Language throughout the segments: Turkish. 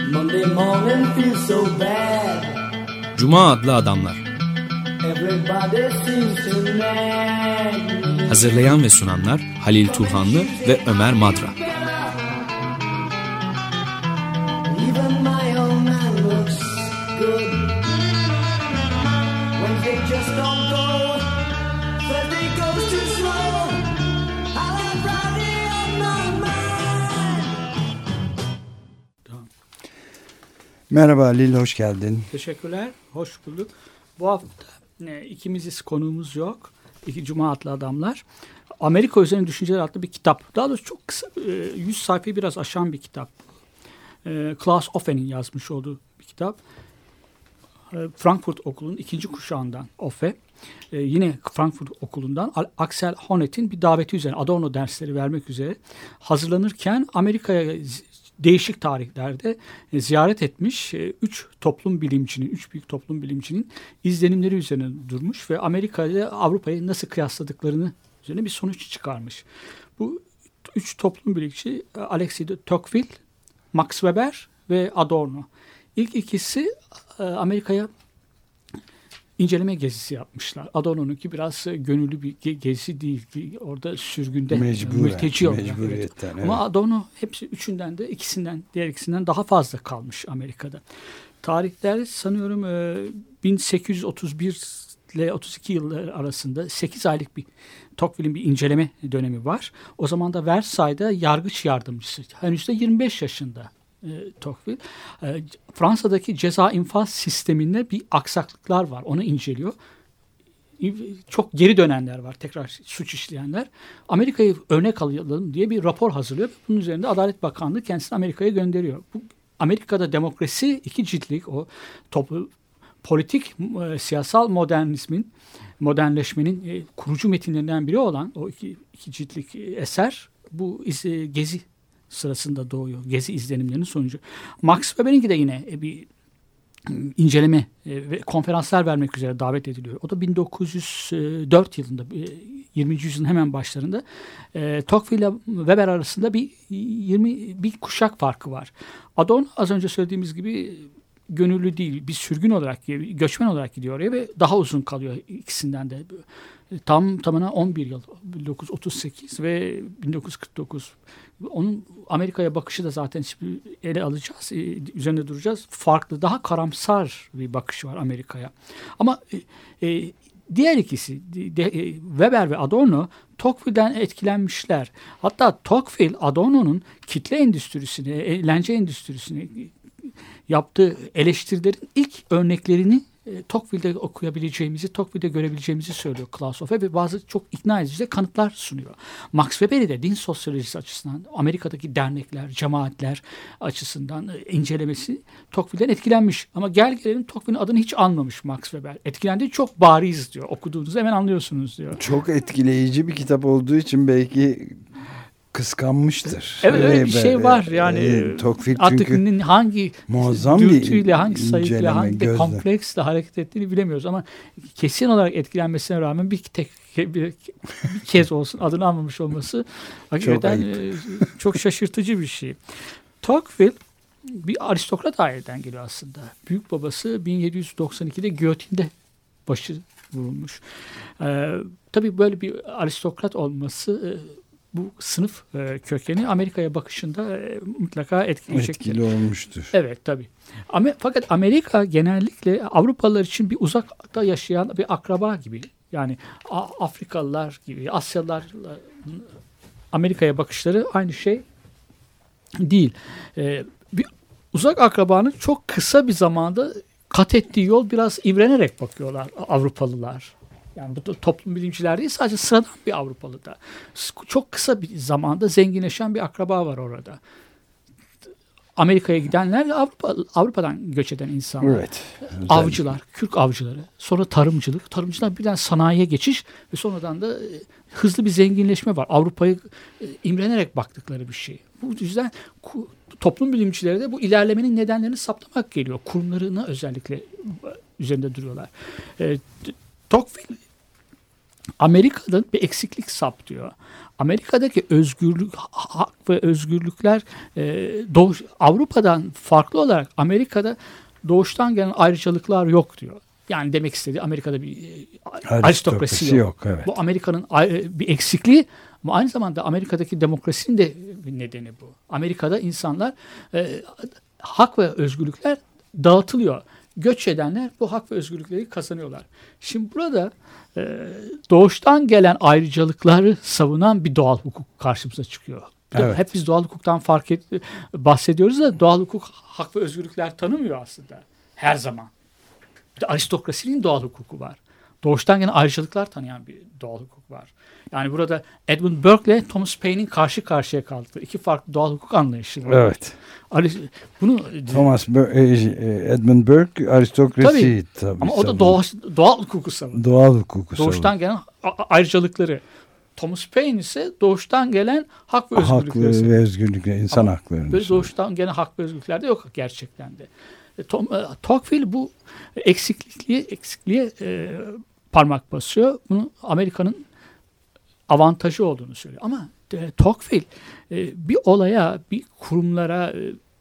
Monday morning feels so bad. Cuma adlı adamlar. Everybody seems to nag me. Hazırlayan ve sunanlar Halil Turhanlı ve Ömer Madra. Even my old man looks good when they just don't go. Thursday goes too slow. I'll have Friday on my mind. Merhaba Halil, hoş geldin. Teşekkürler, hoş bulduk. Bu hafta ikimiziz, konuğumuz yok. İki Cuma adlı adamlar. Amerika üzerine düşünceler adlı bir kitap. Daha doğrusu çok kısa, 100 sayfayı biraz aşan bir kitap. Klaus Offe'nin yazmış olduğu bir kitap. Frankfurt Okulu'nun ikinci kuşağından Offe. Yine Frankfurt Okulu'ndan Axel Honneth'in bir daveti üzerine Adorno dersleri vermek üzere hazırlanırken Amerika'ya değişik tarihlerde ziyaret etmiş üç büyük toplum bilimcinin izlenimleri üzerine durmuş ve Amerika'yla Avrupa'yı nasıl kıyasladıklarını üzerine bir sonuç çıkarmış. Bu üç toplum bilimci Alexis de Tocqueville, Max Weber ve Adorno. İlk ikisi Amerika'ya inceleme gezisi yapmışlar. Adorno'nunki biraz gönüllü bir gezi değil. Orada sürgünde mülteci olarak. Evet. Ama Adorno diğer ikisinden daha fazla kalmış Amerika'da. Tarihler sanıyorum 1831 ile 32 yılları arasında 8 aylık bir Tocqueville'in bir inceleme dönemi var. O zaman da Versailles'da yargıç yardımcısı. Henüz de 25 yaşında. Tocqueville. Fransa'daki ceza infaz sisteminde bir aksaklıklar var. Onu inceliyor. Çok geri dönenler var. Tekrar suç işleyenler. Amerika'yı örnek alalım diye bir rapor hazırlıyor. Bunun üzerinde Adalet Bakanlığı kendisini Amerika'ya gönderiyor. Bu Amerika'da demokrasi 2 ciltlik o politik siyasal modernleşmenin kurucu metinlerinden biri olan o iki ciltlik eser bu gezi sırasında doğuyor. Gezi izlenimlerinin sonucu. Max Weber'inki de yine bir inceleme ve konferanslar vermek üzere davet ediliyor. O da 1904 yılında 20. yüzyılın hemen başlarında Tocqueville ile Weber arasında bir kuşak farkı var. Adorno az önce söylediğimiz gibi gönüllü değil, bir sürgün olarak, göçmen olarak gidiyor oraya ve daha uzun kalıyor ikisinden de. Tamına 11 yıl, 1938 ve 1949. Onun Amerika'ya bakışı da zaten ele alacağız, üzerinde duracağız. Farklı, daha karamsar bir bakışı var Amerika'ya. Ama diğer ikisi, Weber ve Adorno, Tocqueville'den etkilenmişler. Hatta Tocqueville, Adorno'nun kitle endüstrisini, eğlence endüstrisini yaptığı eleştirilerin ilk örneklerini Tocqueville'de okuyabileceğimizi, Tocqueville'de görebileceğimizi söylüyor Klaus Offe ve bazı çok ikna edici kanıtlar sunuyor. Max Weber'i de din sosyolojisi açısından, Amerika'daki dernekler, cemaatler açısından incelemesi Tocqueville'den etkilenmiş. Ama gelelim Tocqueville'in adını hiç anmamış Max Weber. Etkilendiği çok bariz diyor. Okuduğunuzda hemen anlıyorsunuz diyor. Çok etkileyici bir kitap olduğu için belki kıskanmıştır. Evet, öyle bir şey var yani. Artık hangi dürtüyle, hangi sayıkla, hangi de kompleksle hareket ettiğini bilemiyoruz ama kesin olarak etkilenmesine rağmen bir kez olsun adını almamış olması hakikaten çok şaşırtıcı bir şey. Tocqueville bir aristokrat aileden geliyor aslında. Büyük babası 1792'de giyotinde başı vurulmuş. Tabii böyle bir aristokrat olması bu sınıf kökeni Amerika'ya bakışında mutlaka etkileyecektir. Etkili olmuştur. Evet tabii. Fakat Amerika genellikle Avrupalılar için bir uzakta yaşayan bir akraba gibi. Yani Afrikalılar gibi, Asyalılarla Amerika'ya bakışları aynı şey değil. Bir uzak akrabanın çok kısa bir zamanda kat ettiği yol biraz imrenerek bakıyorlar Avrupalılar. Yani bu toplum bilimciler değil, sadece sıradan bir Avrupalı da. Çok kısa bir zamanda zenginleşen bir akraba var orada. Amerika'ya gidenler Avrupa'dan göç eden insanlar. Evet. Avcılar, kürk avcıları, sonra tarımcılık. Tarımcılar birden sanayiye geçiş ve sonradan da hızlı bir zenginleşme var. Avrupa'yı imrenerek baktıkları bir şey. Bu yüzden toplum bilimcileri de bu ilerlemenin nedenlerini saptamak geliyor. Kurumlarına özellikle üzerinde duruyorlar. Tocqueville Amerika'da bir eksiklik saptıyor. Amerika'daki özgürlük, hak ve özgürlükler Avrupa'dan farklı olarak Amerika'da doğuştan gelen ayrıcalıklar yok diyor. Yani demek istediği Amerika'da bir aristokrasi yok. Evet. Bu Amerika'nın bir eksikliği ama aynı zamanda Amerika'daki demokrasinin de bir nedeni bu. Amerika'da insanlar hak ve özgürlükler dağıtılıyor. Göç edenler bu hak ve özgürlükleri kazanıyorlar. Şimdi burada doğuştan gelen ayrıcalıkları savunan bir doğal hukuk karşımıza çıkıyor. Evet. Hep biz doğal hukuktan bahsediyoruz da doğal hukuk hak ve özgürlükler tanımıyor aslında. Her zaman. Bir de aristokrasinin doğal hukuku var. Doğuştan gelen ayrıcalıklar tanıyan bir doğal hukuk var. Yani burada Edmund Burke ile Thomas Paine'in karşı karşıya kaldıkları iki farklı doğal hukuk anlayışı var. Evet. Bunu Edmund Burke aristokrasi tabii ama o da doğal hukuku savunuyor. Doğal hukuku doğuştan gelen ayrıcalıkları. Thomas Paine ise doğuştan gelen hak ve özgürlükleri. Hak ve özgürlükler, insan haklarını. Böyle doğuştan gelen hak ve özgürlükler de yok gerçekten de. Tocqueville bu eksikliğe parmak basıyor. Bunu Amerika'nın avantajı olduğunu söylüyor. Ama Tocqueville bir olaya, bir kurumlara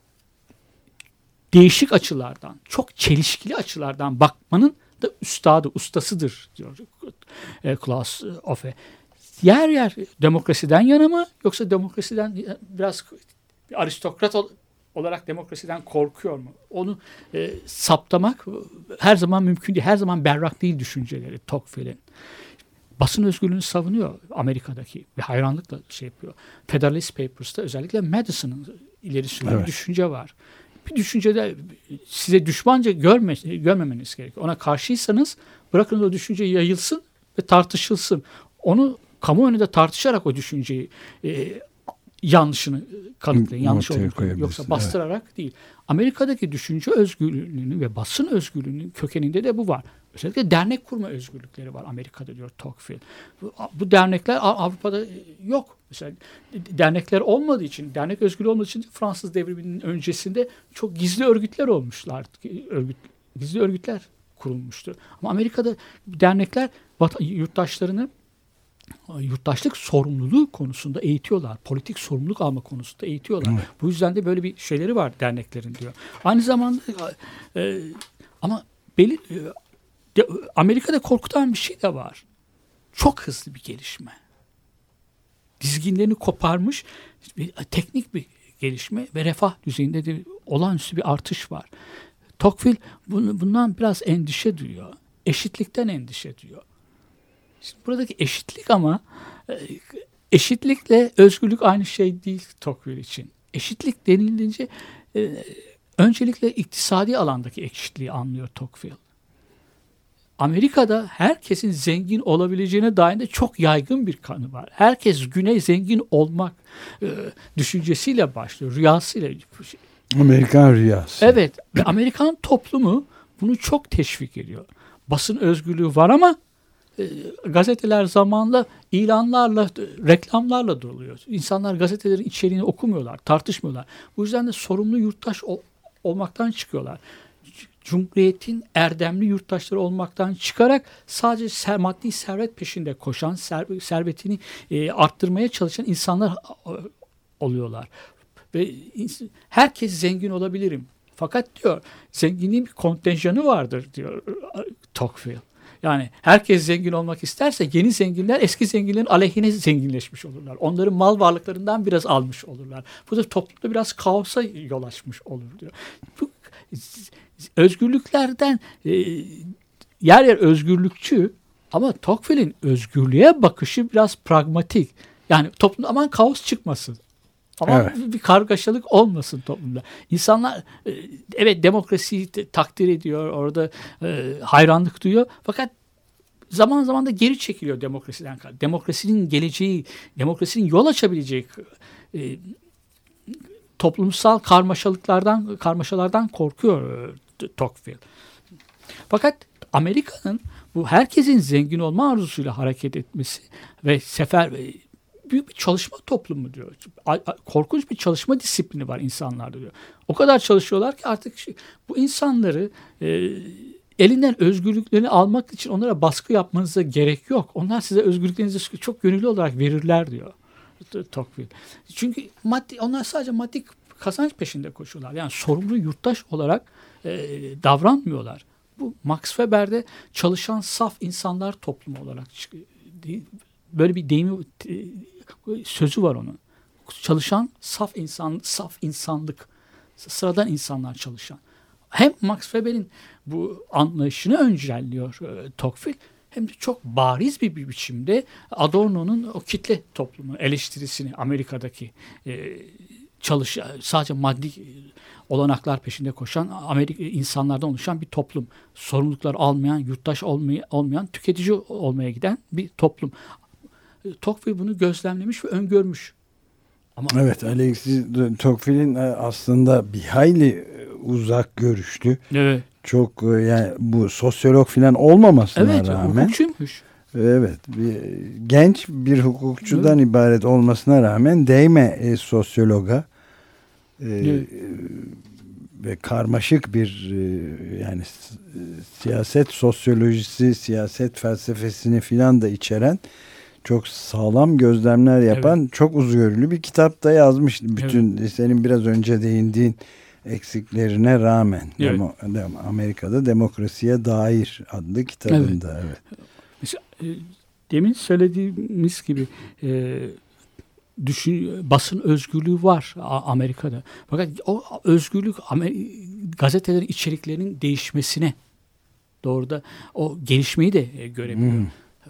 değişik açılardan, çok çelişkili açılardan bakmanın da ustasıdır diyor Klaus Offe. Yer yer demokrasiden yana mı yoksa demokrasiden biraz bir aristokrat olarak demokrasiden korkuyor mu? Onu saptamak her zaman mümkün değil. Her zaman berrak değil düşünceleri Tocqueville'in. Basın özgürlüğünü savunuyor Amerika'daki ve hayranlıkla yapıyor. Federalist Papers'ta özellikle Madison'ın ileri sürdüğü düşünce var. Bir düşüncede size düşmanca görmemeniz gerekiyor. Ona karşıysanız bırakın o düşünce yayılsın ve tartışılsın. Onu kamuoyunda tartışarak o düşünceyi yanlışını kanıtlayın. Yanlış olduğunu yoksa bastırarak değil. Amerika'daki düşünce özgürlüğünün ve basın özgürlüğünün kökeninde de bu var. Özellikle dernek kurma özgürlükleri var Amerika'da diyor Tocqueville. Bu dernekler Avrupa'da yok. Mesela dernekler olmadığı için, dernek özgürlüğü olmadığı için Fransız devriminin öncesinde çok gizli örgütler olmuşlar. Gizli örgütler kurulmuştu. Ama Amerika'da dernekler yurttaşlarını yurttaşlık sorumluluğu konusunda eğitiyorlar. Politik sorumluluk alma konusunda eğitiyorlar. Evet. Bu yüzden de böyle bir şeyleri var derneklerin diyor. Aynı zamanda ama Amerika'da korkutan bir şey de var. Çok hızlı bir gelişme. Dizginlerini koparmış teknik bir gelişme ve refah düzeyinde de olağanüstü bir artış var. Tocqueville bundan biraz endişe duyuyor. Eşitlikten endişe duyuyor. Şimdi buradaki eşitlik ama eşitlikle özgürlük aynı şey değil Tocqueville için. Eşitlik denilince öncelikle iktisadi alandaki eşitliği anlıyor Tocqueville. Amerika'da herkesin zengin olabileceğine dair de çok yaygın bir kanı var. Herkes güne zengin olmak düşüncesiyle başlıyor, rüyasıyla. Amerikan rüyası. Evet ve Amerikan toplumu bunu çok teşvik ediyor. Basın özgürlüğü var ama gazeteler zamanla ilanlarla, reklamlarla doluyor. İnsanlar gazetelerin içeriğini okumuyorlar, tartışmıyorlar. Bu yüzden de sorumlu yurttaş olmaktan çıkıyorlar. Cumhuriyetin erdemli yurttaşları olmaktan çıkarak sadece maddi servet peşinde koşan, servetini arttırmaya çalışan insanlar oluyorlar. Ve herkes zengin olabilirim. Fakat diyor zenginliğin bir kontenjanı vardır diyor Tocqueville. Yani herkes zengin olmak isterse yeni zenginler eski zenginlerin aleyhine zenginleşmiş olurlar. Onların mal varlıklarından biraz almış olurlar. Bu da toplumda biraz kaosa yol açmış olur diyor. Bu özgürlüklerden yer yer özgürlükçü ama Tocqueville'in özgürlüğe bakışı biraz pragmatik. Yani toplumda aman kaos çıkmasın. Ama bir kargaşalık olmasın toplumda. İnsanlar evet demokrasiyi takdir ediyor, orada hayranlık duyuyor. Fakat zaman zaman da geri çekiliyor demokrasiden. Demokrasinin geleceği, demokrasinin yol açabileceği toplumsal karmaşalardan korkuyor Tocqueville. Fakat Amerika'nın bu herkesin zengin olma arzusuyla hareket etmesi ve büyük bir çalışma toplumu diyor. Korkunç bir çalışma disiplini var insanlarda diyor. O kadar çalışıyorlar ki artık bu insanları elinden özgürlüklerini almak için onlara baskı yapmanıza gerek yok. Onlar size özgürlüklerinizi çok gönüllü olarak verirler diyor. Tocqueville. Çünkü onlar sadece maddi kazanç peşinde koşuyorlar. Yani sorumlu yurttaş olarak davranmıyorlar. Bu Max Weber'de çalışan saf insanlar toplumu olarak çıkıyor. Böyle bir deyimi, sözü var onun. Çalışan saf insanlık, sıradan insanlar çalışan. Hem Max Weber'in bu anlayışını öncelliyor Tocqueville, hem de çok bariz bir biçimde Adorno'nun o kitle toplumu eleştirisini, Amerika'daki sadece maddi olanaklar peşinde koşan insanlardan oluşan bir toplum. Sorumluluklar almayan, yurttaş olmayan, tüketici olmaya giden bir toplum. Tocqueville bunu gözlemlemiş ve öngörmüş. Ama evet, Alexis Tocqueville'in aslında bir hayli uzak görüşlü. evet. Çok yani bu sosyolog falan olmamasına Evet, rağmen. hukukçuymuş. Evet, genç bir hukukçudan ibaret olmasına rağmen değme sosyologa ve karmaşık bir yani siyaset sosyolojisi, siyaset felsefesini filan da içeren çok sağlam gözlemler yapan çok uzgörülü bir kitap da yazmış. Bütün senin biraz önce değindiğin eksiklerine rağmen. Evet. Amerika'da Demokrasiye Dair adlı kitabında. Evet. Mesela, demin söylediğimiz gibi basın özgürlüğü var Amerika'da. Fakat o özgürlük gazetelerin içeriklerinin değişmesine doğru da o gelişmeyi de görebiliyor.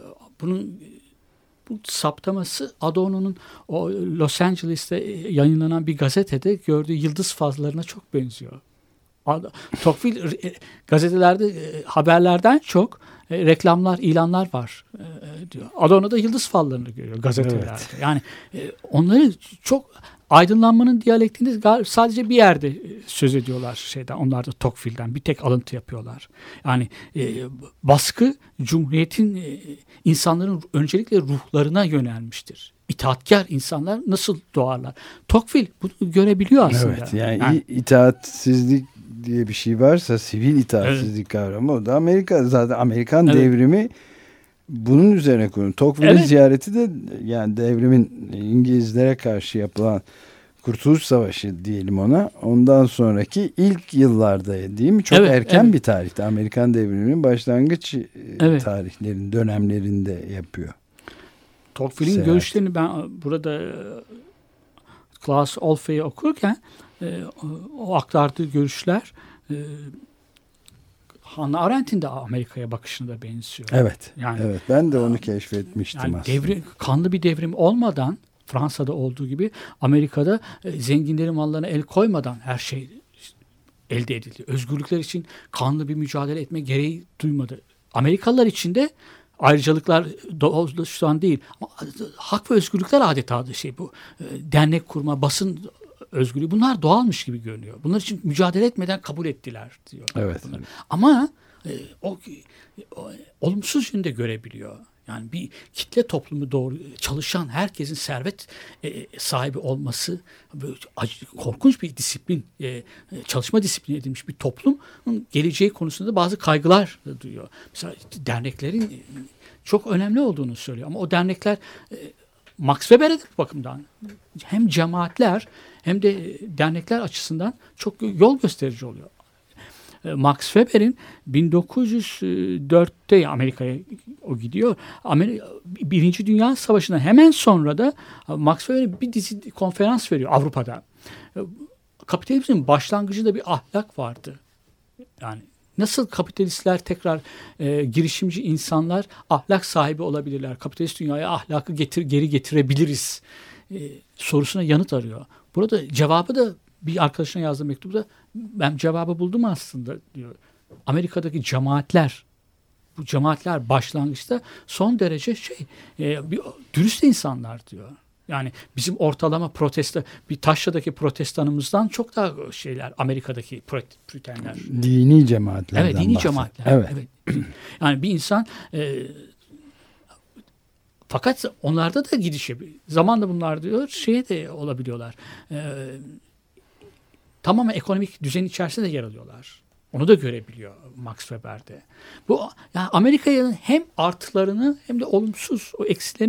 Bu saptaması Adorno'nun o Los Angeles'te yayınlanan bir gazetede gördüğü yıldız fazlarına çok benziyor. Tocqueville gazetelerde haberlerden çok reklamlar, ilanlar var diyor. Adorno da yıldız fallarını görüyor gazetelerde. Evet. Yani onları çok aydınlanmanın diyalektinde sadece bir yerde söz ediyorlar onlar da Tocqueville'den bir tek alıntı yapıyorlar. Yani baskı Cumhuriyet'in insanların öncelikle ruhlarına yönelmiştir. İtaatkar insanlar nasıl doğarlar? Tocqueville bunu görebiliyor aslında. Evet, yani itaatsizlik diye bir şey varsa sivil itaatsizlik kavramı, o da Amerikan devrimi bunun üzerine kurulu. Tocqueville'in ziyareti de yani devrimin İngilizlere karşı yapılan Kurtuluş Savaşı diyelim ona. Ondan sonraki ilk yıllarda değil mi? Çok erken bir tarihte Amerikan devriminin başlangıç tarihlerin dönemlerinde yapıyor. Tocqueville'in görüşlerini ben burada Klaus Olfe'yi okurken o aktardığı görüşler Hannah Arendt'in de Amerika'ya bakışına da benziyor. Evet. Ben de onu keşfetmiştim yani aslında. Kanlı bir devrim olmadan, Fransa'da olduğu gibi Amerika'da zenginlerin mallarına el koymadan her şey elde edildi. Özgürlükler için kanlı bir mücadele etme gereği duymadı. Amerikalılar için de ayrıcalıklar doğuştan değil. Ama hak ve özgürlükler adeta bu dernek kurma, basın özgürlüğü, bunlar doğalmış gibi görünüyor. Bunlar için mücadele etmeden kabul ettiler diyor. Evet. Ama o olumsuz yönde görebiliyor. Yani bir kitle toplumu doğru çalışan herkesin servet sahibi olması korkunç bir disiplin, çalışma disiplini edilmiş bir toplumun geleceği konusunda bazı kaygılar duyuyor. Mesela derneklerin çok önemli olduğunu söylüyor. Ama o dernekler Max Weber'e de bakımdan hem cemaatler hem de dernekler açısından çok yol gösterici oluyor. Max Weber'in 1904'te Amerika'ya o gidiyor. Birinci Dünya Savaşı'ndan hemen sonra da Max Weber bir dizi konferans veriyor Avrupa'da. Kapitalizmin başlangıcında bir ahlak vardı. Yani nasıl kapitalistler tekrar girişimci insanlar ahlak sahibi olabilirler? Kapitalist dünyaya ahlakı geri getirebiliriz sorusuna yanıt arıyor. Burada cevabı da bir arkadaşına yazdığı mektupta ben cevabı buldum aslında diyor. Amerika'daki cemaatler, bu cemaatler başlangıçta son derece dürüst insanlar diyor. Yani bizim ortalama bir Taşra'daki protestanımızdan çok daha Amerika'daki Püritenler. Dini cemaatlerden Evet, dini cemaatler. Evet. Yani bir insan fakat onlarda da gidiş yapıyor. Zamanla bunlar diyor de olabiliyorlar. Tamamen ekonomik düzen içerisinde de yer alıyorlar. Onu da görebiliyor Max Weber'de. Bu yani Amerika'nın hem artılarını hem de olumsuz o eksilerini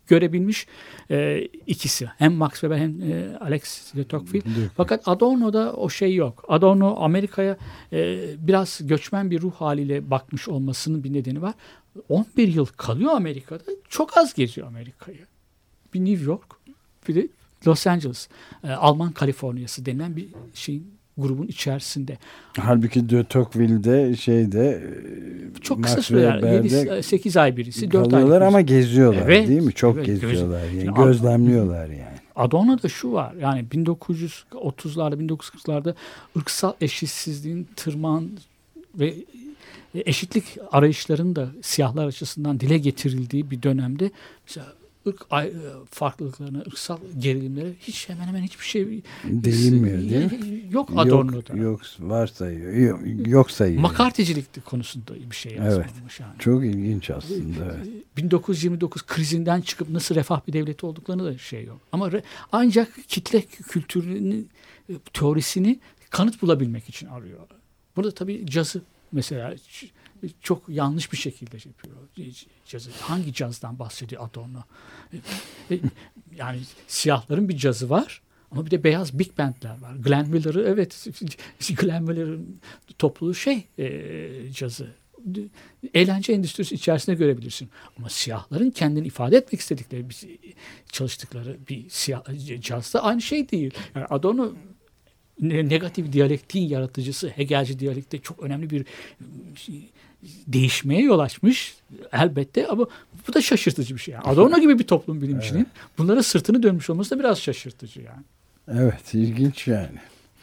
görebilmiş ikisi. Hem Max Weber hem Alex de Tocqueville. Fakat Adorno'da o şey yok. Adorno Amerika'ya biraz göçmen bir ruh haliyle bakmış olmasının bir nedeni var. 11 yıl kalıyor Amerika'da. Çok az geziyor Amerika'yı. Bir New York, bir de Los Angeles. Alman Kaliforniyası denilen bir grubun içerisinde. Halbuki de Tocqueville'de çok kısa süreler, 7-8 ay birisi, 4 ay kalıyorlar ama geziyorlar, evet, değil mi? Çok evet, geziyorlar. Yani gözlemliyorlar yani. Adorno'da şu var. Yani 1930'larda, 1940'larda ırksal eşitsizliğin tırman ve eşitlik arayışlarının da siyahlar açısından dile getirildiği bir dönemde mesela ırk farklılıklarına, ırksal gerilimlere hemen hemen hiçbir şey değinmiyor, değil mi? Yok Adorno'da. Yok varsayıyor. Yok sayıyor. McCarthy'cilik konusunda bir şey yazmış. Evet. Yani. Çok ilginç aslında. Evet. 1929 krizinden çıkıp nasıl refah bir devleti olduklarını da yok. Ama ancak kitle kültürünün teorisini kanıt bulabilmek için arıyor. Burada tabii cazı mesela çok yanlış bir şekilde yapıyor. Cazı. Hangi cazdan bahsediyor Adorno? Yani siyahların bir cazı var ama bir de beyaz big bandler var. Glenn Miller'ı Glenn Miller'ın topluluğu cazı. Eğlence endüstrisi içerisinde görebilirsin. Ama siyahların kendini ifade etmek istedikleri, çalıştıkları bir cazda aynı şey değil. Yani Adorno negatif diyalektiğin yaratıcısı, Hegelci diyalekte çok önemli bir değişmeye yol açmış elbette ama bu da şaşırtıcı bir şey. Yani Adorno gibi bir toplum bilimcinin bunlara sırtını dönmüş olması da biraz şaşırtıcı yani. Evet, ilginç yani.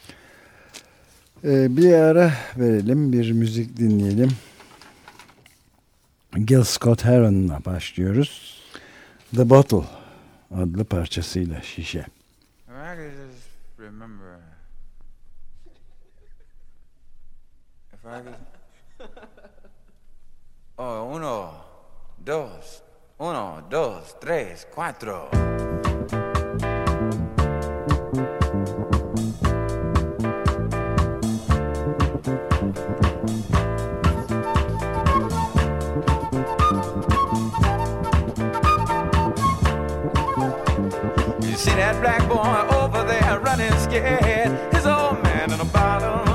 Bir ara verelim, bir müzik dinleyelim. Gil Scott-Heron'la başlıyoruz. The Bottle adlı parçasıyla şişe. I can just remember if I could. Oh, uno, dos, tres, cuatro. You see that black boy over there running scared, his old man in a bottle.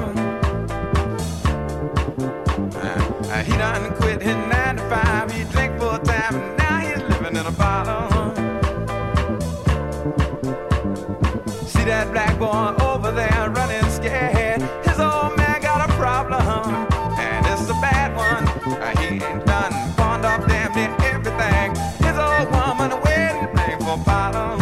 He done quit his 9 to 5, he drink full time, and now he's living in a bottle. See that black boy over there running scared, his old man got a problem, and it's a bad one. He ain't done pawned off damn near everything, his old woman waiting to bring for a bottle.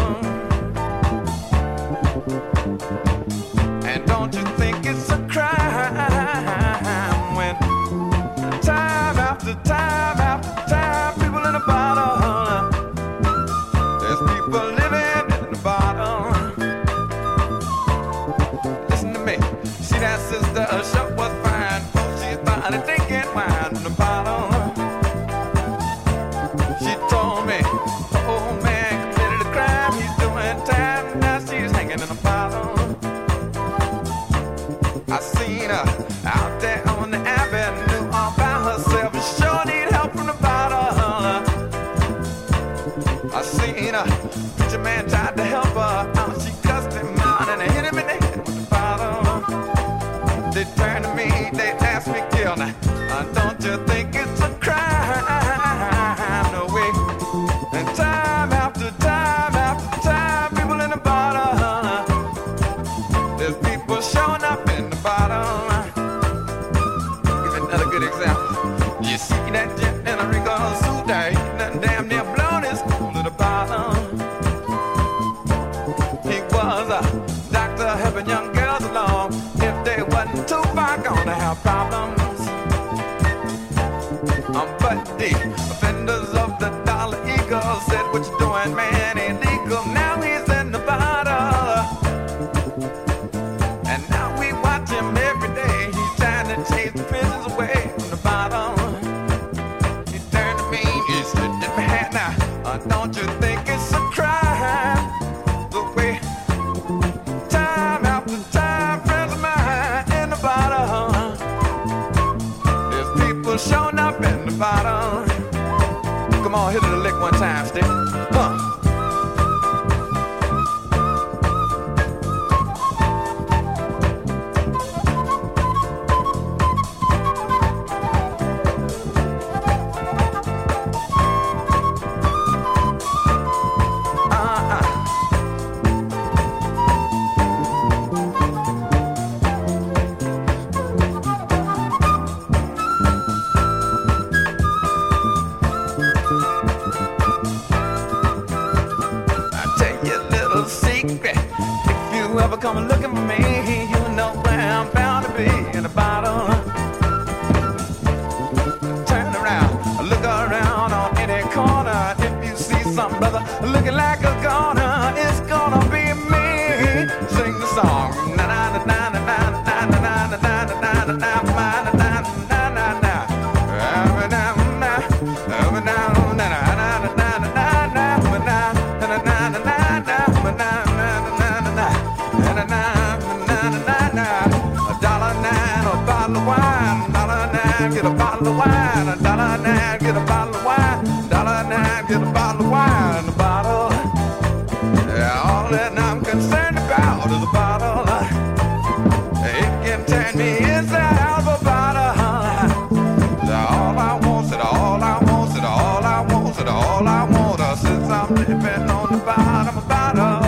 And don't you think it's a crime when time after time after time, people in a bottle. There's people living in a bottle. Listen to me. See that sister, her show was fine. She started drinking wine in a bottle. She told me, oh man committed a crime. He's doing time. Now she's hanging in a bottle. I seen her out there on the avenue all by herself. Sure need help from the bottle. I seen her, preacher man tried to help her out. She cussed him out and hit him in the head with the bottle. They turned to me, they asked me, Gil, now, don't you think it's a crime? No way. And time after time after time, people in the bottle. There's people showing up in the bottle. Give another good example. You see that gent in a wrinkled suit there, he done damn near blown his cool to the bottom. He was a doctor helping young girls along. If they wasn't too far gonna have problems. But the offenders of the Dollar Eagle said, what you doing, man, illegal. Now he's in the bottle. And now we watch him every day. He's trying to chase the prisons away from the bottom. He turned to me, he said, "Let me have now. Don't you think it's a crime? The way time after time, friends of mine in the bottom. There's people showing up in the bottom. Come on, hit it a lick one time, stick. ever come looking for me, you know where I'm bound to be in the bottle. Turn around, look around on any corner. If you see some brother looking like a goner, it's gonna be me. Sing the song. Na na na na na na na na na na na na na na na na na. Get a bottle of wine, $1.09, get a bottle of wine, $1.09, get a bottle of wine, a bottle. Yeah, all that I'm concerned about is a bottle. It can turn me inside out of a bottle. All I want, all I want, all I want, all I want, since I'm living on the bottom of a bottle.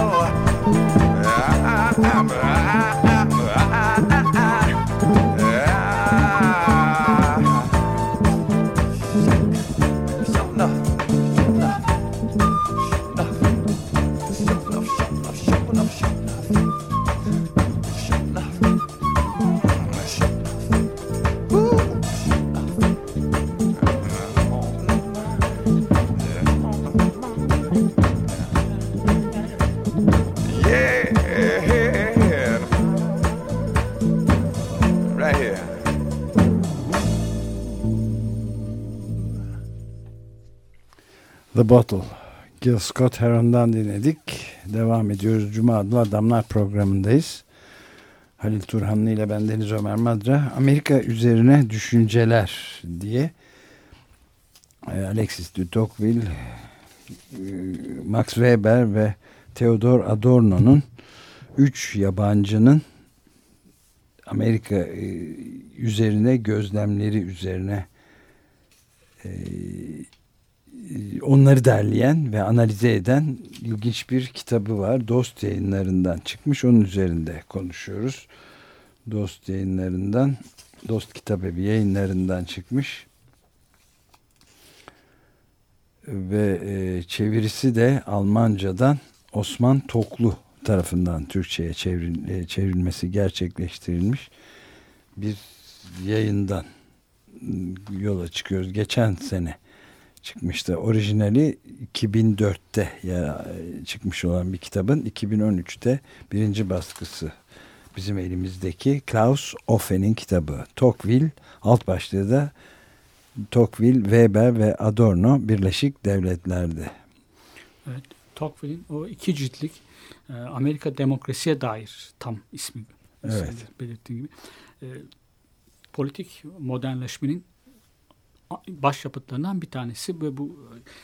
The Bottle. Gil Scott-Heron'dan dinledik. Devam ediyoruz. Cuma adlı Adamlar programındayız. Halil Turhanlı ile ben Deniz Ömer Madra. Amerika üzerine düşünceler diye Alexis de Tocqueville, Max Weber ve Theodor Adorno'nun 3 yabancının Amerika üzerine gözlemleri üzerine onları derleyen ve analize eden ilginç bir kitabı var. Dost Yayınları'ndan çıkmış. Onun üzerinde konuşuyoruz. Dost Yayınları'ndan, Dost Kitabevi Yayınları'ndan çıkmış. Ve çevirisi de Almancadan Osman Toklu tarafından Türkçe'ye çevrilmesi gerçekleştirilmiş bir yayından yola çıkıyoruz. Geçen sene çıkmıştı. Orijinali 2004'te çıkmış olan bir kitabın 2013'te birinci baskısı bizim elimizdeki Klaus Offen'in kitabı. Tocqueville, alt başlığı da Tocqueville, Weber ve Adorno Birleşik Devletler'de. Evet, Tocqueville'in o 2 ciltlik Amerika Demokrasiye Dair tam ismi. Evet. Belirttiğim gibi. Politik modernleşmenin başyapıtlarından bir tanesi ve bu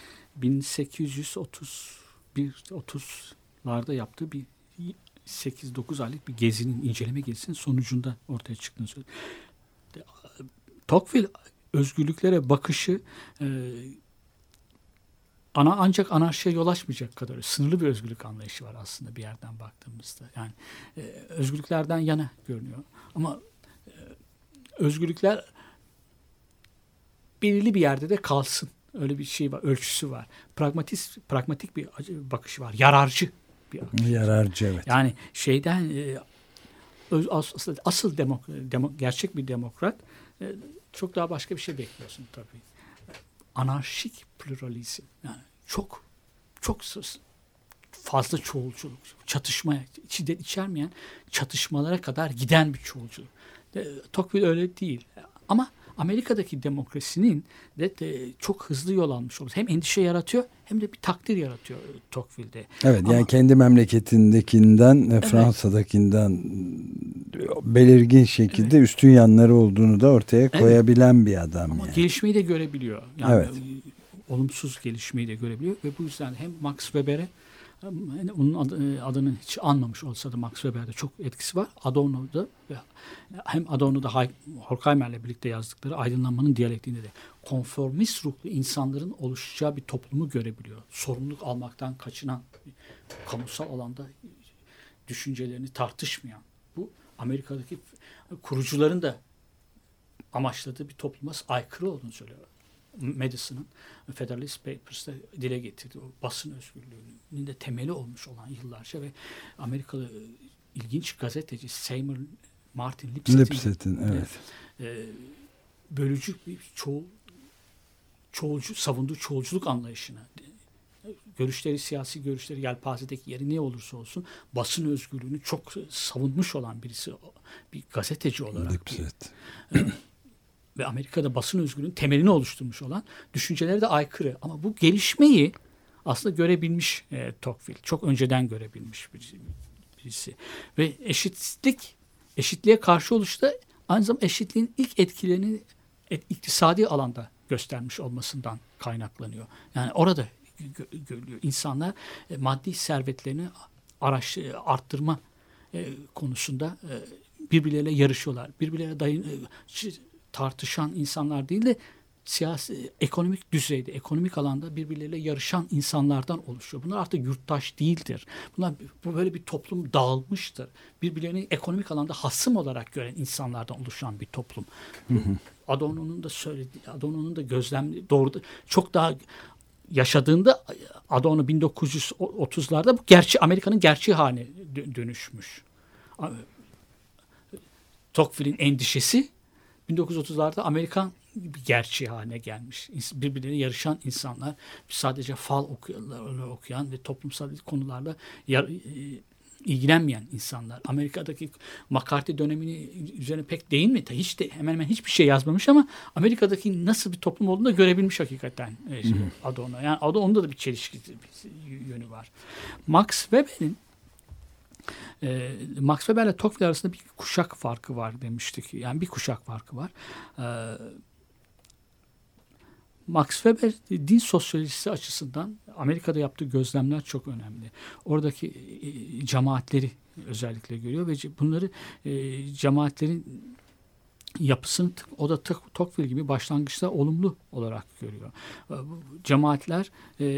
1830'larda yaptığı bir 8-9 aylık bir gezinin, inceleme gezisinin sonucunda ortaya çıktığını söyledi. Tocqueville özgürlüklere bakışı ancak anarşiye yol açmayacak kadar sınırlı bir özgürlük anlayışı var aslında bir yerden baktığımızda. Yani özgürlüklerden yana görünüyor. Ama özgürlükler belirli bir yerde de kalsın. Öyle bir şey var, ölçüsü var. Pragmatik bir bakışı var. Yararcı bir bakış. Yararcı, evet. Yani şeyden asıl gerçek bir demokrat çok daha başka bir şey bekliyorsun tabii. Anarşik pluralizm. Yani çok fazla çoğulculuk, çatışmaya, şiddet içermeyen çatışmalara kadar giden bir çoğulculuk. Tocqueville öyle değil. Ama Amerika'daki demokrasinin de çok hızlı yol almış olur. Hem endişe yaratıyor hem de bir takdir yaratıyor Tocqueville'de. Evet, ama, yani kendi memleketindekinden, evet, Fransa'dakinden belirgin şekilde evet, üstün yanları olduğunu da ortaya koyabilen evet, bir adam. Ama yani gelişmeyi de görebiliyor. Yani evet, olumsuz gelişmeyi de görebiliyor ve bu yüzden hem Max Weber'e, onun adını hiç anmamış olsa da Max Weber'de çok etkisi var. Adorno'da hem Adorno'da Horkheimer'le birlikte yazdıkları Aydınlanmanın Diyalektiğinde de konformist ruhlu insanların oluşacağı bir toplumu görebiliyor. Sorumluluk almaktan kaçınan, kamusal alanda düşüncelerini tartışmayan, bu Amerika'daki kurucuların da amaçladığı bir topluma aykırı olduğunu söylüyor. Madison'ın Federalist Papers'ta dile getirdiği o basın özgürlüğünün de temeli olmuş olan yıllarca ve Amerikalı ilginç gazeteci Seymour Martin Lipset'in evet. Bölücü bir savunduğu çoğulculuk anlayışına, görüşleri, siyasi görüşleri, yelpazedeki yeri ne olursa olsun basın özgürlüğünü çok savunmuş olan birisi, bir gazeteci olarak. Lipset. Ve Amerika'da basın özgürlüğünün temelini oluşturmuş olan düşünceleri de aykırı. Ama bu gelişmeyi aslında görebilmiş Tocqueville. Çok önceden görebilmiş birisi. Ve eşitliğe karşı oluşta aynı zamanda eşitliğin ilk etkilerini iktisadi alanda göstermiş olmasından kaynaklanıyor. Yani orada görülüyor. İnsanlar maddi servetlerini arttırma konusunda birbirleriyle yarışıyorlar. Birbirleriyle tartışan insanlar değil de siyasi, ekonomik düzeyde, ekonomik alanda birbirleriyle yarışan insanlardan oluşuyor. Bunlar artık yurttaş değildir. Bu böyle bir toplum dağılmıştır. Birbirlerini ekonomik alanda hasım olarak gören insanlardan oluşan bir toplum. Adorno'nun da söylediği, Adorno'nun da gözlemli doğru, çok daha yaşadığında Adorno 1930'larda bu Amerika'nın gerçeği haline dönüşmüş. Tocqueville'in endişesi 1930'larda Amerikan bir gerçeği haline gelmiş. Birbirlerine yarışan insanlar, sadece fal okuyan ve toplumsal konularla ilgilenmeyen insanlar. Amerika'daki McCarthy dönemini üzerine pek değinmedi. Hiç de hemen hemen hiçbir şey yazmamış ama Amerika'daki nasıl bir toplum olduğunu da görebilmiş hakikaten Adorno. Yani Adorno'da da bir çelişki yönü var. Max Weber ile Tocqueville arasında bir kuşak farkı var demiştik. Yani bir kuşak farkı var. Max Weber din sosyolojisi açısından Amerika'da yaptığı gözlemler çok önemli. Oradaki cemaatleri özellikle görüyor ve bunları cemaatlerin yapısını o da Tocqueville gibi başlangıçta olumlu olarak görüyor. Cemaatler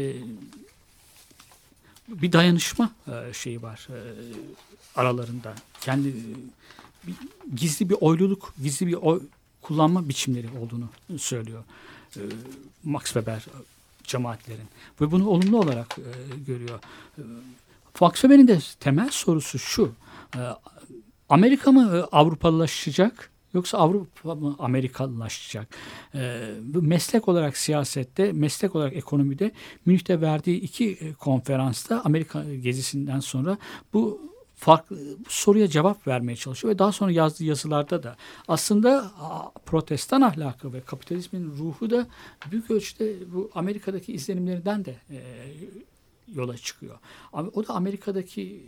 bir dayanışma şeyi var aralarında. Kendi gizli bir oyluluk, gizli bir oy kullanma biçimleri olduğunu söylüyor Max Weber cemaatlerin. Ve bunu olumlu olarak görüyor. Max Weber'in de temel sorusu şu: Amerika mı Avrupalılaşacak yoksa Avrupa mı Amerikalılaşacak? Meslek olarak siyasette, meslek olarak ekonomide Münih'te verdiği 2 konferansta Amerika gezisinden sonra bu soruya cevap vermeye çalışıyor ve daha sonra yazdığı yazılarda da aslında protestan ahlakı ve kapitalizmin ruhu da büyük ölçüde bu Amerika'daki izlenimlerinden de yola çıkıyor. O da Amerika'daki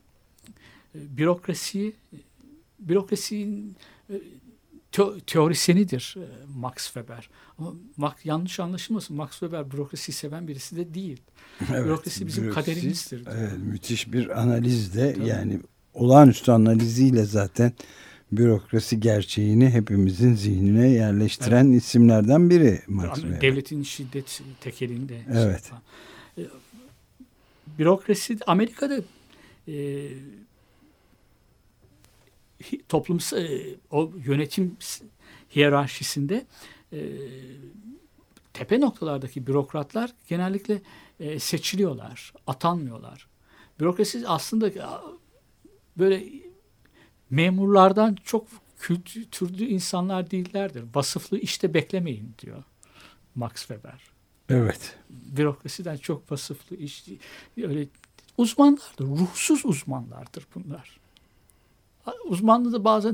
bürokrasinin teorisyenidir Max Weber. Ama yanlış anlaşılmasın, Max Weber bürokrasiyi seven birisi de değil. Evet, bürokrasi bizim kaderimizdir. Evet, müthiş bir analizde, yani olağanüstü analiziyle zaten bürokrasi gerçeğini hepimizin zihnine yerleştiren isimlerden biri Max Weber. Devletin şiddet tekelinde. Evet. Bürokrasi Amerika'da toplumsal o yönetim hiyerarşisinde tepe noktalardaki bürokratlar genellikle seçiliyorlar, atanmıyorlar. Bürokrasi aslında böyle memurlardan çok kültürlü insanlar değillerdir. Vasıflı işte beklemeyin diyor Max Weber. Evet. Bürokrasiden çok vasıflı iş, öyle uzmanlardır, ruhsuz uzmanlardır bunlar. Uzmanlığı da bazen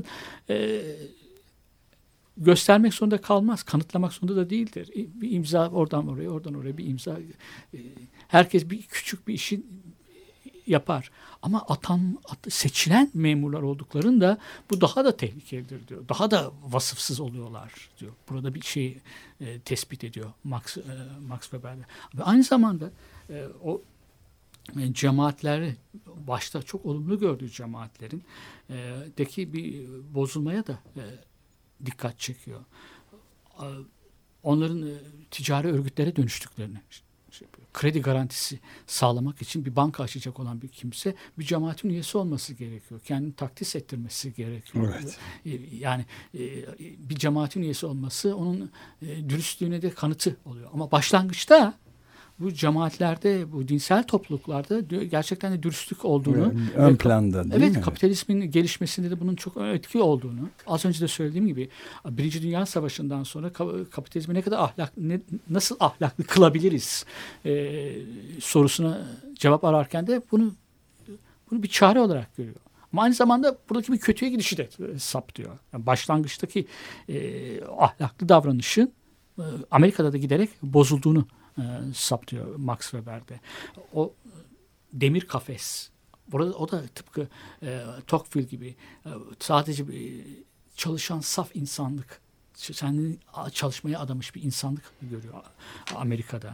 göstermek zorunda kalmaz, kanıtlamak zorunda da değildir. Bir imza oradan oraya, oradan oraya bir imza. Herkes küçük bir işi yapar. Ama seçilen memurlar olduklarında bu daha da tehlikelidir diyor. Daha da vasıfsız oluyorlar diyor. Burada bir şey tespit ediyor Max Weber'de. Ve aynı zamanda o cemaatleri başta çok olumlu gördüğü cemaatlerin deki bir bozulmaya da dikkat çekiyor. Onların ticari örgütlere dönüştüklerini kredi garantisi sağlamak için bir banka açacak olan bir kimse bir cemaatin üyesi olması gerekiyor. Kendini takdis ettirmesi gerekiyor. Evet. Yani bir cemaatin üyesi olması onun dürüstlüğüne de kanıtı oluyor. Ama başlangıçta bu cemaatlerde, bu dinsel topluluklarda gerçekten de dürüstlük olduğunu, ön planda değil mi? Evet, kapitalizmin gelişmesinde de bunun çok etkili olduğunu, az önce de söylediğim gibi Birinci Dünya Savaşı'ndan sonra kapitalizmi ne kadar nasıl ahlaklı kılabiliriz sorusuna cevap ararken de bunu bir çare olarak görüyor. Ama aynı zamanda buradaki bir kötüye gidişi de saptıyor. Yani başlangıçtaki ahlaklı davranışın Amerika'da da giderek bozulduğunu saptıyor Max Weber'de. O demir kafes, burada o da tıpkı Tocqueville gibi sadece çalışan saf insanlık, kendini çalışmaya adamış bir insanlık görüyor Amerika'da.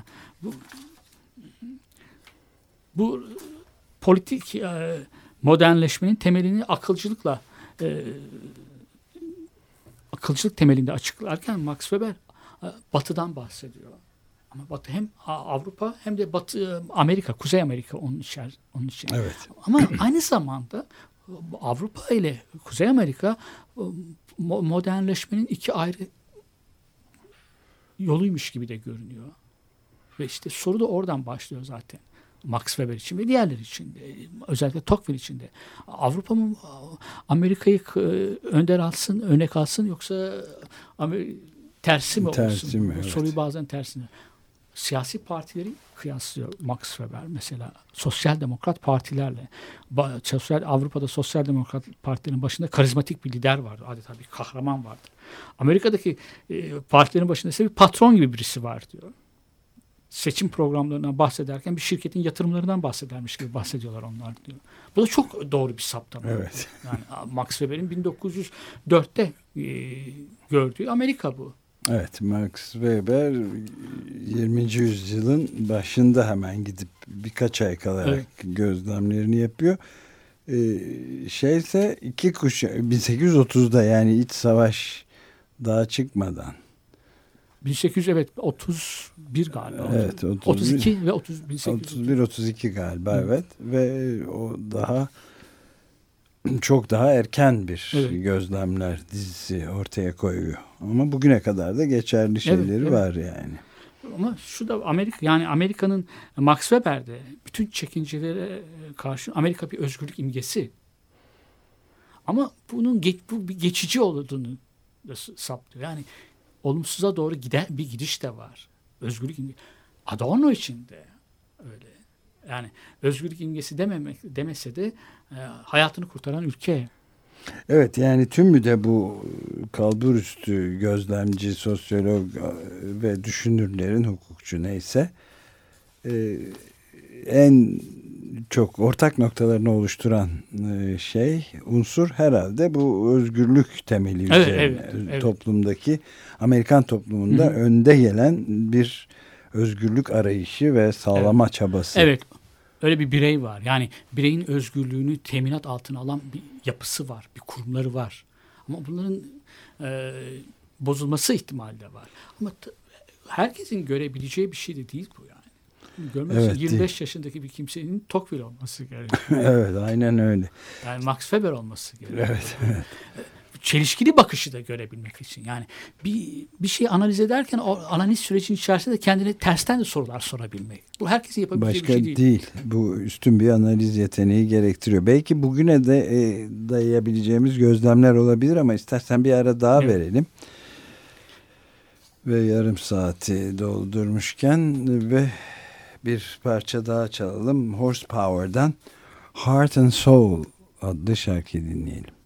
Bu politik modernleşmenin temelini akılcılık temelinde açıklarken Max Weber Batı'dan bahsediyor. Ama Batı hem Avrupa hem de Batı Amerika, Kuzey Amerika onun için. Evet. Ama aynı zamanda Avrupa ile Kuzey Amerika modernleşmenin iki ayrı yoluymuş gibi de görünüyor. Ve işte soru da oradan başlıyor zaten. Max Weber için ve diğerleri için de, özellikle Tocqueville için de. Avrupa mı Amerika'yı örnek alsın yoksa tersi mi olsun? Tersi mi, evet. Soruyu bazen tersine. Siyasi partileri kıyaslıyor Max Weber mesela. Sosyal demokrat partilerle. Avrupa'da sosyal demokrat partilerin başında karizmatik bir lider vardır. Adeta bir kahraman vardır. Amerika'daki partilerin başında ise bir patron gibi birisi var diyor. Seçim programlarından bahsederken bir şirketin yatırımlarından bahsedermiş gibi bahsediyorlar onlar diyor. Bu da çok doğru bir saptama. Evet. Yani Max Weber'in 1904'te gördüğü Amerika bu. Evet, Max Weber 20. yüzyılın başında hemen gidip birkaç ay kalarak gözlemlerini yapıyor. Şeyse 1830'da yani iç savaş daha çıkmadan. 31 galiba. Evet, 32 ve 31-32 galiba evet. Ve o daha çok daha erken bir gözlemler dizisi ortaya koyuyor. Ama bugüne kadar da geçerli şeyleri var yani. Ama şu da Amerika'nın Max Weber'de bütün çekincelere karşı Amerika bir özgürlük imgesi. Ama bunun bu bir geçici olduğunu da saptıyor. Yani olumsuza doğru bir gidiş de var. Özgürlük imgesi. Adorno için de öyle. Yani özgürlük imgesi demese de hayatını kurtaran ülke. Evet, yani tümü de bu kalburüstü gözlemci, sosyolog ve düşünürlerin, hukukçu neyse en çok ortak noktalarını oluşturan unsur herhalde bu özgürlük temeli üzerine. Toplumdaki, Amerikan toplumunda önde gelen bir özgürlük arayışı ve sağlama çabası. Evet. Öyle bir birey var. Yani bireyin özgürlüğünü teminat altına alan bir yapısı var. Bir kurumları var. Ama bunların bozulması ihtimali de var. Ama herkesin görebileceği bir şey de değil bu yani. Görmek için 25 yaşındaki bir kimsenin Tocqueville olması gerekiyor. Evet, aynen öyle. Yani Max Weber olması gerekiyor. Evet. Çelişkili bakışı da görebilmek için. Yani bir şeyi analiz ederken o analiz sürecinin içerisinde kendine tersten de sorular sorabilmek. Bu herkesin yapabileceği bir şey değil. Bu üstün bir analiz yeteneği gerektiriyor. Belki bugüne de dayayabileceğimiz gözlemler olabilir ama istersen bir ara daha verelim. Ve yarım saati doldurmuşken ve bir parça daha çalalım. Horsepower'dan Heart and Soul adlı şarkıyı dinleyelim.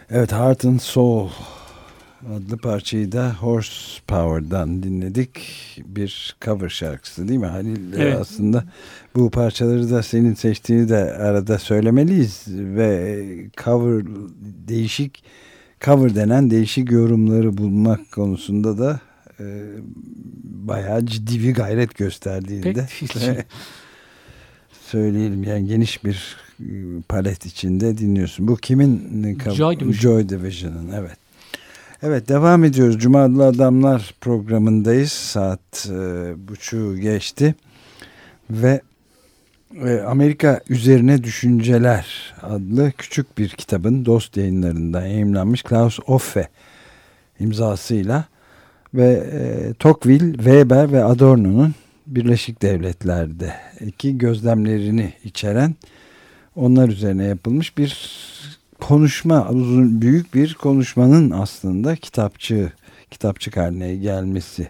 Evet, Heart and Soul adlı parçayı da Horsepower'dan dinledik. Bir cover şarkısı değil mi Halil? Evet. Aslında bu parçaları da senin seçtiğini de arada söylemeliyiz ve cover denen değişik yorumları bulmak konusunda da bayağı ciddi bir gayret gösterdiğinde söyleyelim. Yani geniş bir palet içinde dinliyorsun. Bu kimin? Joy Division'ın. Evet. Evet, devam ediyoruz. Cuma Adlı Adamlar programındayız. Saat 3:30 geçti. Ve Amerika Üzerine Düşünceler adlı küçük bir kitabın Dost Yayınları'ndan yayımlanmış Klaus Offe imzasıyla ve Tocqueville, Weber ve Adorno'nun Birleşik Devletler'deki gözlemlerini içeren, onlar üzerine yapılmış bir konuşma, büyük bir konuşmanın aslında kitapçık haline gelmesi.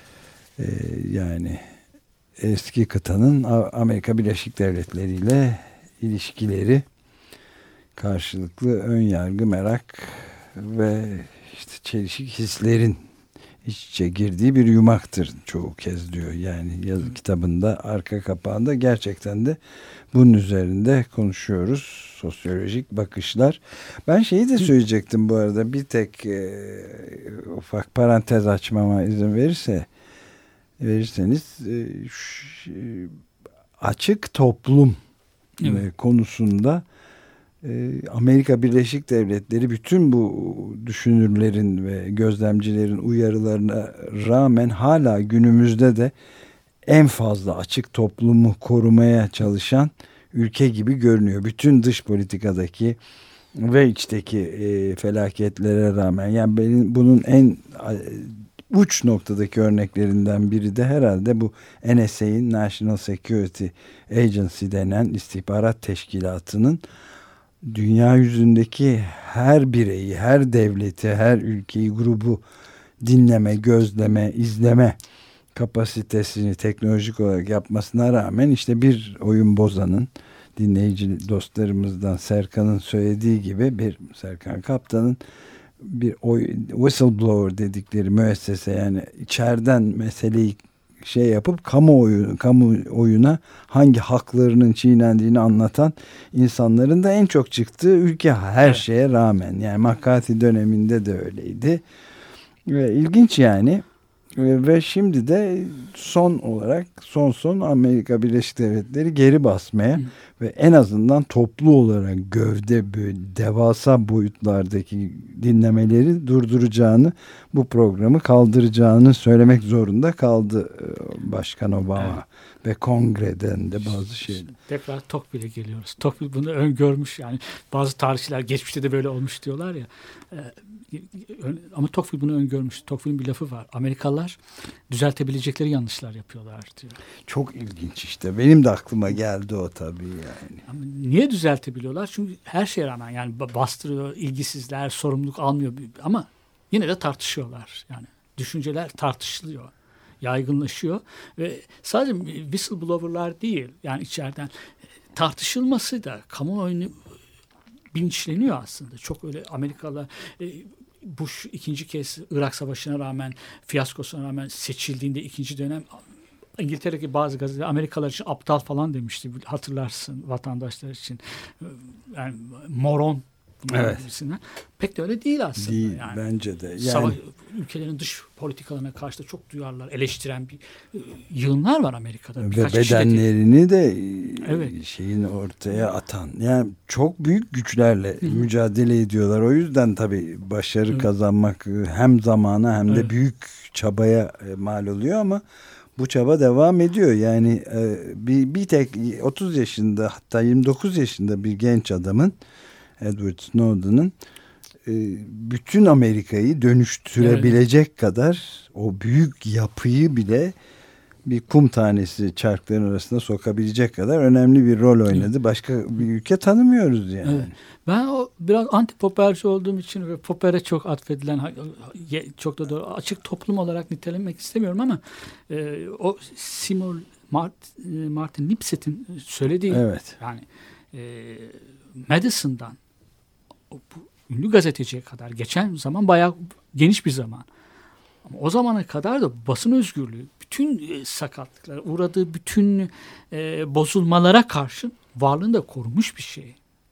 Yani eski kıtanın Amerika Birleşik Devletleri ile ilişkileri, karşılıklı ön yargı, merak ve işte çelişik hislerin iç içe girdiği bir yumaktır çoğu kez diyor. Yani yazı kitabında arka kapağında gerçekten de bunun üzerinde konuşuyoruz. Sosyolojik bakışlar. Ben şeyi de söyleyecektim bu arada, bir tek ufak parantez açmama izin verirseniz açık toplum konusunda Amerika Birleşik Devletleri bütün bu düşünürlerin ve gözlemcilerin uyarılarına rağmen hala günümüzde de en fazla açık toplumu korumaya çalışan ülke gibi görünüyor. Bütün dış politikadaki ve içteki felaketlere rağmen. Yani bunun en uç noktadaki örneklerinden biri de herhalde bu NSA'nin, National Security Agency denen istihbarat teşkilatının dünya yüzündeki her bireyi, her devleti, her ülkeyi, grubu dinleme, gözleme, izleme kapasitesini teknolojik olarak yapmasına rağmen işte bir oyun bozanın, dinleyici dostlarımızdan Serkan'ın söylediği gibi, Serkan Kaptan'ın bir whistleblower dedikleri müessese, yani içeriden meseleyi yapıp kamuoyuna hangi haklarının çiğnendiğini anlatan insanların da en çok çıktığı ülke her şeye rağmen. Yani McCarthy döneminde de öyleydi. Ve ilginç yani. Ve şimdi de son Amerika Birleşik Devletleri geri basmaya ve en azından toplu olarak devasa boyutlardaki dinlemeleri durduracağını, bu programı kaldıracağını söylemek zorunda kaldı Başkan Obama ve Kongre'den de bazı şeyler. Tekrar Tocqueville'e geliyoruz. Tocqueville bunu öngörmüş, yani bazı tarihçiler geçmişte de böyle olmuş diyorlar ya. Ama Tocqueville bunu öngörmüş. Tocqueville'in bir lafı var. Amerikalılar düzeltebilecekleri yanlışlar yapıyorlar diyor. Çok ilginç işte. Benim de aklıma geldi o tabii yani. Ama niye düzeltebiliyorlar? Çünkü her şeye rağmen yani bastırıyor, ilgisizler, sorumluluk almıyor. Ama yine de tartışıyorlar. Yani düşünceler tartışılıyor, yaygınlaşıyor ve sadece whistleblower'lar değil, yani içeriden tartışılması da kamuoyunu bilinçleniyor aslında. Çok öyle Amerikalılar Bush ikinci kez Irak Savaşı'na rağmen, fiyaskosuna rağmen seçildiğinde ikinci dönem İngiltere'deki bazı gazeteler Amerikalılar için aptal falan demişti. Hatırlarsın, vatandaşlar için. Yani moron. Evet. Pek de öyle değil aslında. Değil, yani. Bence de. Yani Ülkelerin dış politikalarına karşı da çok duyarlılar, eleştiren bir yığınlar var Amerika'da. Ve bedenlerini de evet, şeyin ortaya atan. Yani çok büyük güçlerle mücadele ediyorlar. O yüzden tabii başarı kazanmak hem zamana hem de büyük çabaya mal oluyor ama bu çaba devam ediyor. Yani bir tek 30 yaşında, hatta 29 yaşında bir genç adamın, Edward Snowden'ın bütün Amerika'yı dönüştürebilecek kadar o büyük yapıyı bile bir kum tanesi çarkların arasında sokabilecek kadar önemli bir rol oynadı. Başka bir ülke tanımıyoruz yani. Evet. Ben biraz anti-Popper'ci olduğum için ve Popper'e çok atfedilen, çok da doğru, açık toplum olarak nitelemek istemiyorum ama o Seymour Martin Lipset'in söylediği yani Madison'dan ünlü gazeteciye kadar geçen zaman bayağı geniş bir zaman. Ama o zamana kadar da basın özgürlüğü, bütün sakatlıklara uğradığı bütün bozulmalara karşın varlığını da korumuş bir şey.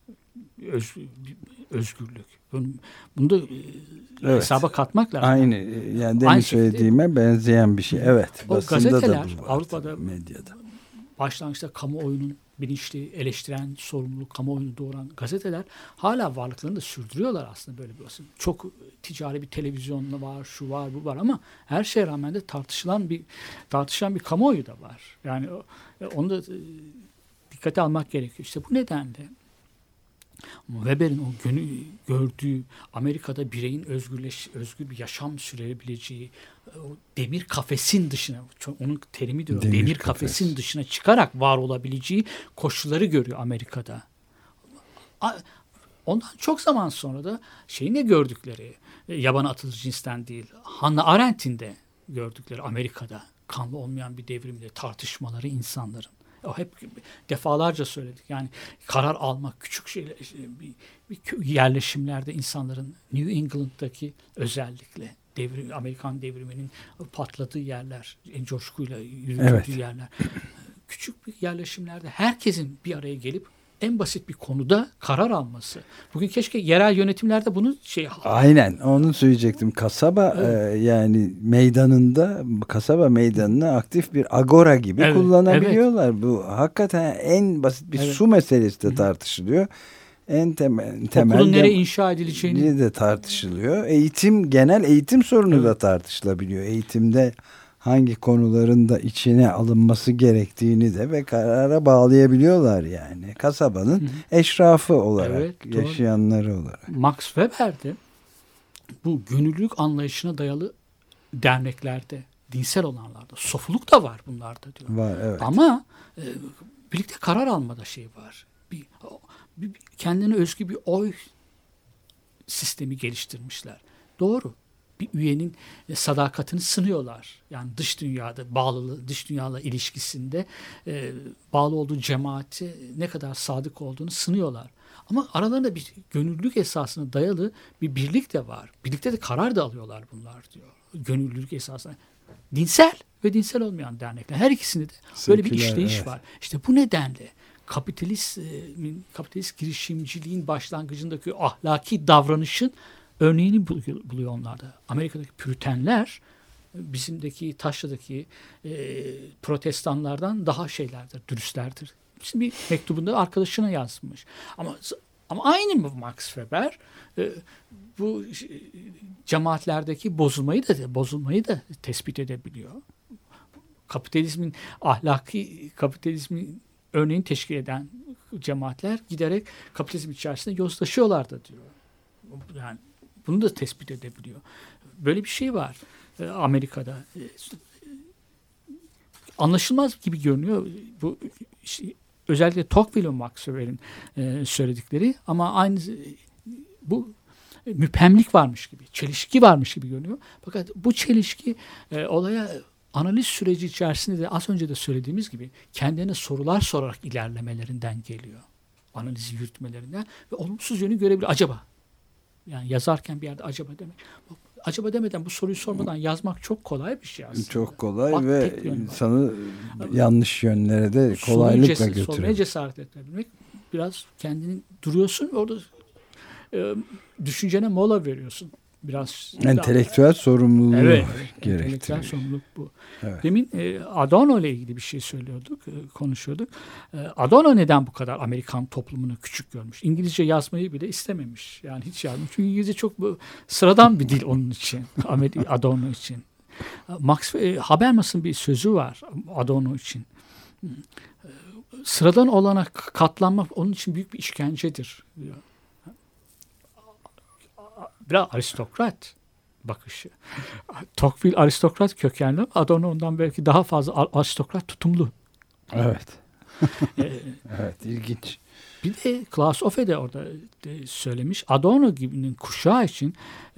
Özgürlük. Bunu da hesaba katmak lazım. Aynı yani demin söylediğime benzeyen bir şey. Evet. O Basında gazeteler da bu var, Avrupa'da medyada. Başlangıçta kamuoyunun bilinçli, eleştiren, sorumlu, kamuoyunu doğuran gazeteler hala varlıklarını da sürdürüyorlar aslında böyle bir basın. Çok ticari bir televizyon var, şu var, bu var ama her şeye rağmen de tartışılan bir kamuoyu da var. Yani onu da dikkate almak gerekiyor. İşte bu nedenle Weber'in o gördüğü Amerika'da bireyin özgür bir yaşam sürebileceği o demir kafesin dışına, onun terimi diyor, demir kafesin dışına çıkarak var olabileceği koşulları görüyor Amerika'da. Ondan çok zaman sonra da ne gördükleri, yabana atılır cinsten değil, Hannah Arendt'in de gördükleri Amerika'da kanlı olmayan bir devrimde tartışmaları insanların. O hep defalarca söyledik. Yani karar almak, küçük şeyler, bir yerleşimlerde insanların New England'daki özellikle Amerikan devriminin patladığı yerler, en coşkuyla yürütüldüğü yerler. Küçük bir yerleşimlerde herkesin bir araya gelip en basit bir konuda karar alması. Bugün keşke yerel yönetimlerde bunu Aynen onu söyleyecektim. Kasaba yani kasaba meydanını aktif bir agora gibi kullanabiliyorlar. Evet. Bu hakikaten en basit bir su meselesi de tartışılıyor. En temel okulun nereye inşa edileceğini de tartışılıyor. Genel eğitim sorunu da tartışılabiliyor. Eğitimde hangi konuların da içine alınması gerektiğini de ve karara bağlayabiliyorlar yani. Kasabanın eşrafı olarak, yaşayanları olarak. Max Weber'de bu gönüllülük anlayışına dayalı derneklerde, dinsel olanlarda, sofuluk da var bunlarda diyor. Var, evet. Ama birlikte karar almada var. Kendine özgü bir oy sistemi geliştirmişler. Doğru. Bir üyenin sadakatini sınıyorlar. Yani dış dünyayla ilişkisinde bağlı olduğu cemaati ne kadar sadık olduğunu sınıyorlar. Ama aralarında bir gönüllülük esasına dayalı bir birlik de var. Birlikte de karar da alıyorlar bunlar diyor. Gönüllülük esasına. Dinsel ve dinsel olmayan dernekler. Her ikisinde de böyle bir işleyiş var. İşte bu nedenle kapitalist girişimciliğin başlangıcındaki ahlaki davranışın örneğini buluyor onlarda. Amerika'daki Püritenler bizimdeki Taşra'daki protestanlardan daha dürüstlerdir. Şimdi bir mektubunda arkadaşına yazmış. Ama aynı mı Max Weber bu cemaatlerdeki bozulmayı da tespit edebiliyor. Kapitalizmin örneğini teşkil eden cemaatler giderek kapitalizm içerisinde yozlaşıyorlar da diyor. Yani bunu da tespit edebiliyor. Böyle bir şey var Amerika'da. Anlaşılmaz gibi görünüyor. Bu özellikle Tocqueville ve Max Weber'in söyledikleri ama aynı bu müphemlik varmış gibi, çelişki varmış gibi görünüyor. Fakat bu çelişki olaya analiz süreci içerisinde de az önce de söylediğimiz gibi kendilerine sorular sorarak ilerlemelerinden geliyor. Analizi yürütmelerinden ve olumsuz yönü görebilir. Acaba? Yani yazarken bir yerde acaba demek. Acaba demeden bu soruyu sormadan yazmak çok kolay bir şey aslında. Çok kolay ve insanı yanlış yönlere de kolaylıkla götürüyor. Sormaya cesaret etmemek. Biraz kendini duruyorsun orada düşüncene mola veriyorsun. Biraz entelektüel sorumluluğu gerektiriyor. Entelektüel sorumluluk bu. Evet. Demin Adorno ile ilgili bir şey konuşuyorduk. Adorno neden bu kadar Amerikan toplumunu küçük görmüş? İngilizce yazmayı bile istememiş. Yani hiç yazmamış. Çünkü İngilizce çok sıradan bir dil onun için. Adorno için. Habermas'ın bir sözü var Adorno için. Sıradan olana katlanmak onun için büyük bir işkencedir diyor. Biraz aristokrat bakışı. Tocqueville aristokrat kökenli, Adorno ondan belki daha fazla aristokrat tutumlu. Evet. Evet, ilginç. Bir de Klaus Offe de orada söylemiş. Adorno gibinin kuşağı için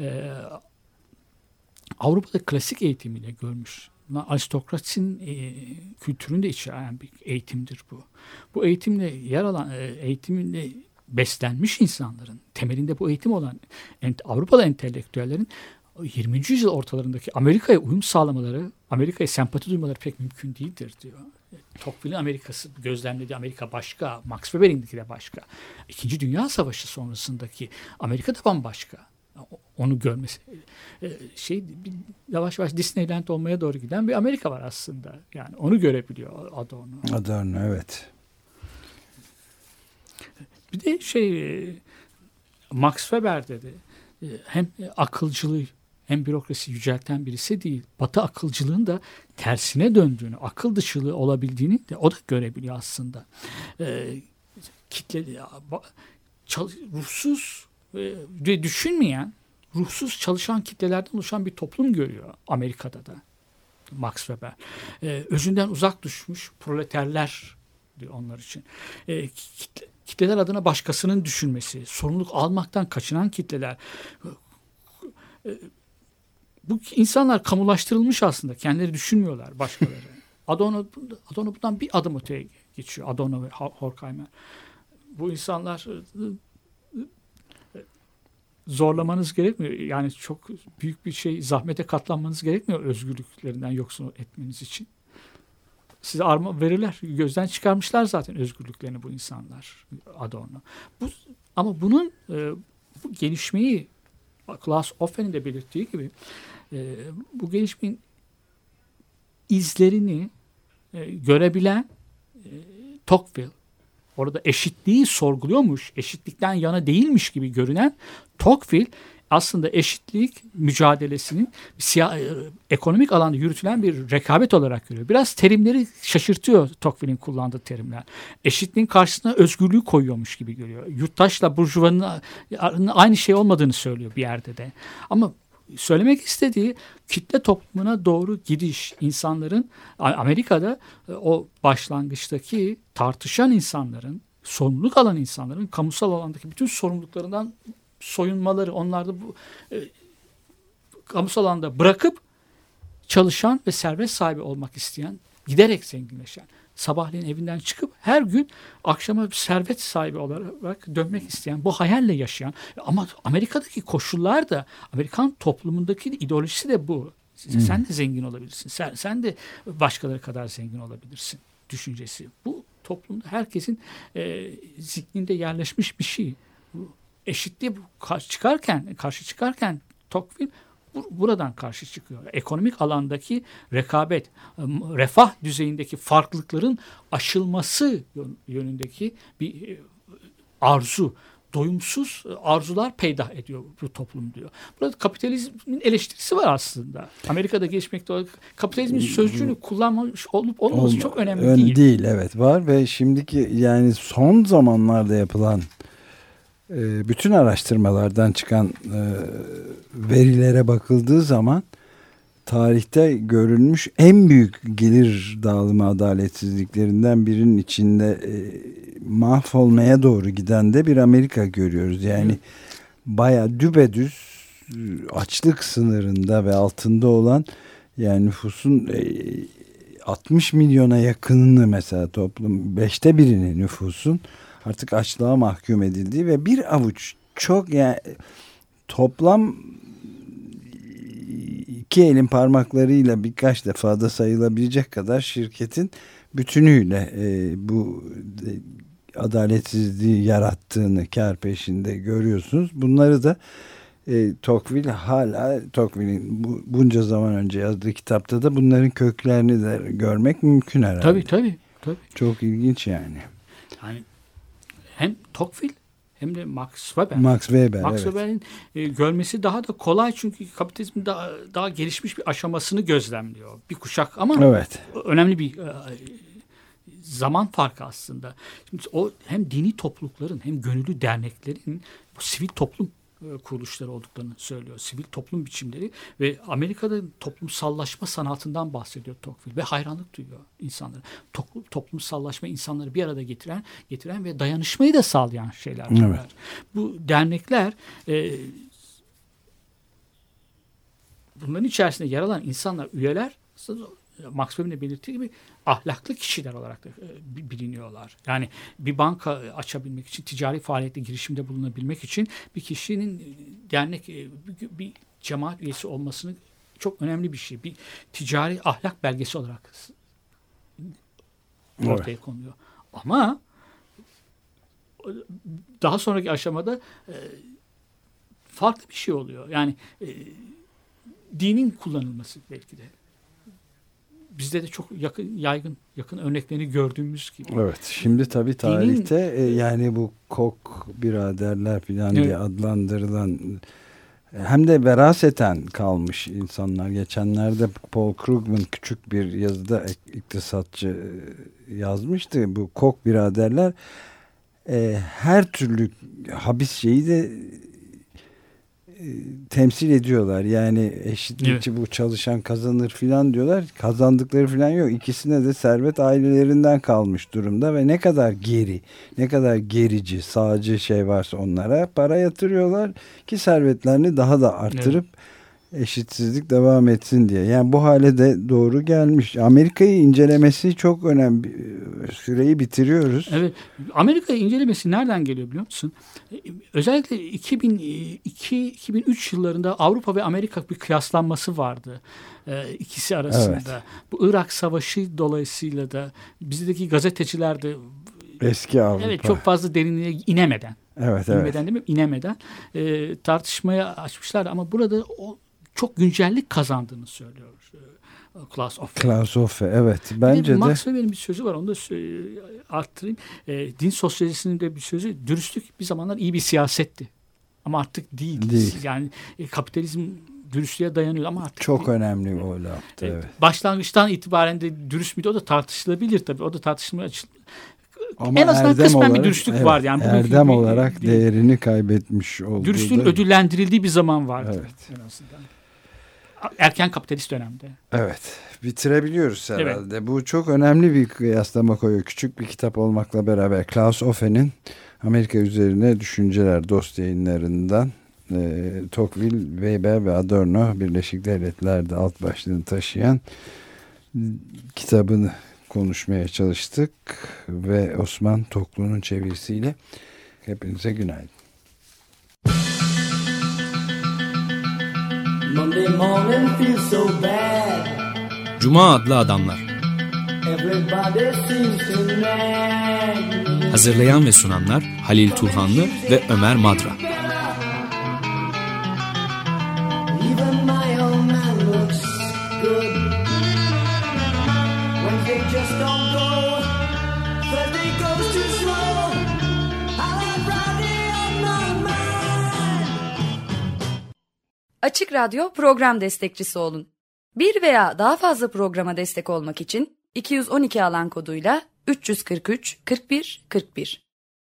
Avrupa'da klasik eğitimiyle görmüş. Aristokrasinin kültüründe içeren bir eğitimdir bu. Bu eğitimle eğitimle beslenmiş insanların, temelinde bu eğitim olan Avrupalı entelektüellerin 20. yüzyıl ortalarındaki Amerika'ya uyum sağlamaları, Amerika'ya sempati duymaları pek mümkün değildir diyor. Tocqueville'in Amerika'sı, gözlemlediği Amerika başka, Max Weber'inki de başka. İkinci Dünya Savaşı sonrasındaki Amerika da bambaşka. Onu görmesi yavaş yavaş Disneyland olmaya doğru giden bir Amerika var aslında. Yani onu görebiliyor Adorno. Adorno, evet. Bir de Max Weber dedi. Hem akılcılığı hem bürokrasi yücelten birisi değil. Batı akılcılığın da tersine döndüğünü, akıl dışılığı olabildiğini de o da görebiliyor aslında. Ruhsuz ve düşünmeyen, ruhsuz çalışan kitlelerden oluşan bir toplum görüyor Amerika'da da Max Weber. Özünden uzak düşmüş proleterler diyor onlar için. Kitleler adına başkasının düşünmesi, sorumluluk almaktan kaçınan kitleler. Bu insanlar kamulaştırılmış aslında. Kendileri düşünmüyorlar başkaları. Adorno bundan bir adım öteye geçiyor. Adorno ve Horkheimer. Bu insanlar zorlamanız gerekmiyor. Yani çok büyük bir zahmete katlanmanız gerekmiyor özgürlüklerinden yoksun etmeniz için. Size arma verirler. Gözden çıkarmışlar zaten özgürlüklerini bu insanlar. Adorno. Ama bunun bu gelişmeyi Klaus Offen'in de belirttiği gibi bu gelişmenin izlerini görebilen Tocqueville, orada eşitliği sorguluyormuş, eşitlikten yana değilmiş gibi görünen Tocqueville aslında eşitlik mücadelesinin ekonomik alanda yürütülen bir rekabet olarak görüyor. Biraz terimleri şaşırtıyor Tocqueville'in kullandığı terimler. Eşitliğin karşısına özgürlüğü koyuyormuş gibi görüyor. Yurttaşla burjuvanın aynı şey olmadığını söylüyor bir yerde de. Ama söylemek istediği kitle toplumuna doğru gidiş, insanların Amerika'da o başlangıçtaki tartışan insanların, sorumluluk alan insanların kamusal alandaki bütün sorumluluklarından soyunmaları, onlar da bu kamusal alanda bırakıp çalışan ve servet sahibi olmak isteyen, giderek zenginleşen, sabahleyin evinden çıkıp her gün akşama servet sahibi olarak dönmek isteyen, bu hayalle yaşayan, ama Amerika'daki koşullar da, Amerikan toplumundaki ideolojisi de bu. Sen de zengin olabilirsin. Sen de başkaları kadar zengin olabilirsin düşüncesi. Bu toplumda herkesin zihninde yerleşmiş bir şey. Bu eşitliğe karşı çıkarken Tocqueville buradan karşı çıkıyor. Ekonomik alandaki rekabet, refah düzeyindeki farklılıkların aşılması yönündeki bir arzu, doyumsuz arzular peydah ediyor bu toplum diyor. Burada kapitalizmin eleştirisi var aslında. Amerika'da gelişmekte olan kapitalizmin sözcüğünü kullanmış olup olmaması çok önemli değil. Değil, evet, var ve şimdiki yani son zamanlarda yapılan bütün araştırmalardan çıkan verilere bakıldığı zaman tarihte görülmüş en büyük gelir dağılımı adaletsizliklerinden birinin içinde mahvolmaya doğru giden de bir Amerika görüyoruz. Yani bayağı düpedüz açlık sınırında ve altında olan, yani nüfusun 60 milyona yakınını, mesela toplum 1/5'inin nüfusun artık açlığa mahkum edildiği ve bir avuç çok, yani toplam 2 elin parmaklarıyla birkaç defa da sayılabilecek kadar şirketin bütünüyle bu adaletsizliği yarattığını kar peşinde görüyorsunuz. Bunları da Tocqueville'in bunca zaman önce yazdığı kitapta da bunların köklerini de görmek mümkün herhalde. Tabii. Çok ilginç yani. Yani hem Tocqueville hem de Max Weber. Max evet. Weber'in görmesi daha da kolay, çünkü kapitalizmin daha gelişmiş bir aşamasını gözlemliyor. Bir kuşak ama evet, önemli bir zaman farkı aslında. Şimdi o hem dini toplulukların hem gönüllü derneklerin bu sivil toplum kuruluşları olduklarını söylüyor. Sivil toplum biçimleri ve Amerika'da toplumsallaşma sanatından bahsediyor Tocqueville ve hayranlık duyuyor insanlara. Toplumsallaşma insanları bir arada getiren ve dayanışmayı da sağlayan şeyler bunlar. Evet. Bu dernekler bunların içerisinde yer alan insanlar, üyeler Maxwell'in de belirttiği gibi ahlaklı kişiler olarak da biliniyorlar. Yani bir banka açabilmek için, ticari faaliyette girişimde bulunabilmek için bir kişinin dernek, bir cemaat üyesi olmasını çok önemli bir şey. Bir ticari ahlak belgesi olarak ortaya konuyor. Ama daha sonraki aşamada farklı bir şey oluyor. Yani dinin kullanılması belki de. Bizde de çok yakın örneklerini gördüğümüz gibi. Evet. Şimdi tabii tarihte yani bu Koch biraderler falan diye adlandırılan hem de veraseten kalmış insanlar. Geçenlerde Paul Krugman küçük bir yazıda, iktisatçı, yazmıştı. Bu Koch biraderler her türlü habis şeyi de temsil ediyorlar. Yani eşitlikçi, bu çalışan kazanır filan diyorlar. Kazandıkları filan yok. İkisine de servet ailelerinden kalmış durumda ve ne kadar gerici, sağcı şey varsa onlara para yatırıyorlar ki servetlerini daha da artırıp eşitsizlik devam etsin diye. Yani bu hale de doğru gelmiş. Amerika'yı incelemesi çok önemli. Süreyi bitiriyoruz. Evet. Amerika'yı incelemesi nereden geliyor biliyor musun? Özellikle 2002-2003 yıllarında Avrupa ve Amerika bir kıyaslanması vardı. İkisi arasında. Evet. Bu Irak Savaşı dolayısıyla da bizdeki gazeteciler de eski Avrupa. Evet, çok fazla derinliğe inemeden. İnemeden tartışmaya açmışlardı ama burada çok güncellik kazandığını söylüyor Klaus Offe. Evet. Bence de. Maxwell'in bir sözü var. Onu da arttırayım. Din sosyolojisinin de bir sözü. Dürüstlük bir zamanlar iyi bir siyasetti. Ama artık değil. Yani kapitalizm dürüstlüğe dayanıyor ama artık çok değil. Önemli o laftı. Evet. Başlangıçtan itibaren de dürüst müydü? O da tartışılabilir tabii. O da tartışmaya açılır. Ama en azından kısmen bir dürüstlük var. Yani erdem olarak değerini kaybetmiş olduğu. Dürüstlüğün ödüllendirildiği bir zaman vardı. Evet. En azından. Erken kapitalist dönemde. Evet. Bitirebiliyoruz herhalde. Evet. Bu çok önemli bir kıyaslama koyuyor. Küçük bir kitap olmakla beraber Klaus Offe'nin Amerika üzerine düşünceler, Dost Yayınları'ndan Tocqueville, Weber ve Adorno Birleşik Devletler'de alt başlığını taşıyan kitabını konuşmaya çalıştık ve Osman Toklu'nun çevirisiyle hepinize günaydın. Cuma adlı adamlar. Hazırlayan ve sunanlar Halil Turhanlı ve Ömer Madra. Açık Radyo program destekçisi olun. Bir veya daha fazla programa destek olmak için 212 alan koduyla 343 41 41